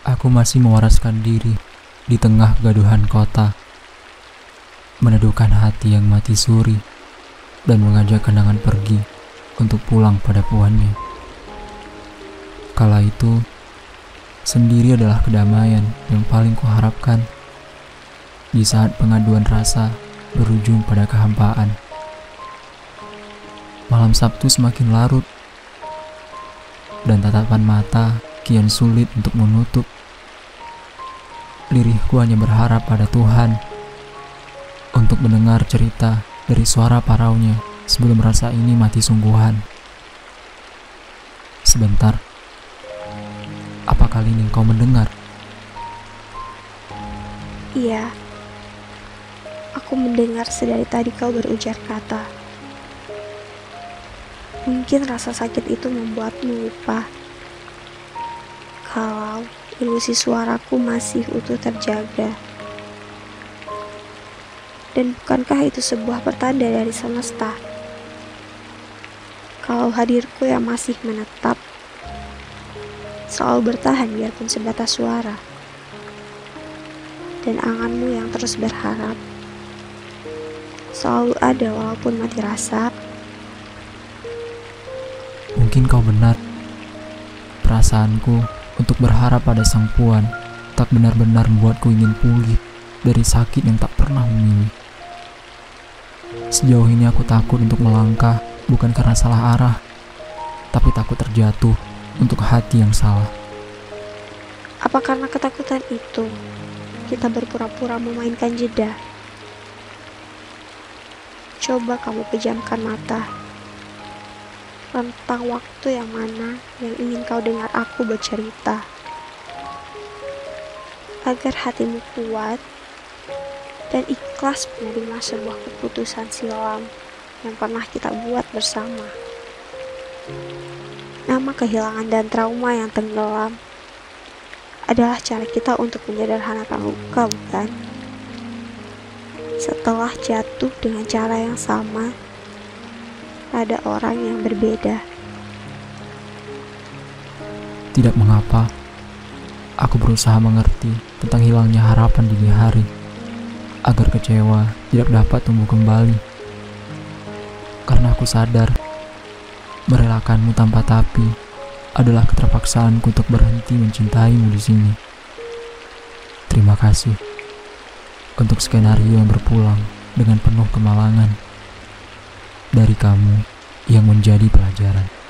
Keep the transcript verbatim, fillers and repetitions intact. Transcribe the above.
Aku masih mewaraskan diri di tengah gaduhan kota, meneduhkan hati yang mati suri, dan mengajak kenangan pergi untuk pulang pada puannya. Kala itu, sendiri adalah kedamaian yang paling kuharapkan di saat pengaduan rasa berujung pada kehampaan. Malam Sabtu semakin larut, dan tatapan mata kian sulit untuk menutup. Lirihku hanya berharap pada Tuhan untuk mendengar cerita dari suara paraunya sebelum rasa ini mati sungguhan. Sebentar, apa kali ini kau mendengar? Iya, aku mendengar sedari tadi kau berujar kata. Mungkin rasa sakit itu membuatmu lupa kalau ilusi suaraku masih utuh terjaga. Dan bukankah itu sebuah pertanda dari semesta? Kalau hadirku yang masih menetap, selalu bertahan biarpun sebatas suara, dan anganmu yang terus berharap, selalu ada walaupun mati rasa. Mungkin kau benar. Perasaanku untuk berharap pada sang puan tak benar-benar membuatku ingin pulih dari sakit yang tak pernah memilih. Sejauh ini aku takut untuk melangkah, bukan karena salah arah, tapi takut terjatuh untuk hati yang salah. Apa karena ketakutan itu kita berpura-pura memainkan jeda? Coba kamu pejamkan mata. Rentang waktu yang mana yang ingin kau dengar aku bercerita, agar hatimu kuat dan ikhlas menerima sebuah keputusan silam yang pernah kita buat bersama. Nama kehilangan dan trauma yang tenggelam adalah cara kita untuk menyederhanakan luka, bukan? Setelah jatuh dengan cara yang sama pada orang yang berbeda. Tidak mengapa, aku berusaha mengerti tentang hilangnya harapan dini hari, agar kecewa tidak dapat tumbuh kembali. Karena aku sadar, merelakanmu tanpa tapi adalah keterpaksaanku untuk berhenti mencintaimu di sini. Terima kasih untuk skenario yang berpulang dengan penuh kemalangan dari kamu yang menjadi pelajaran.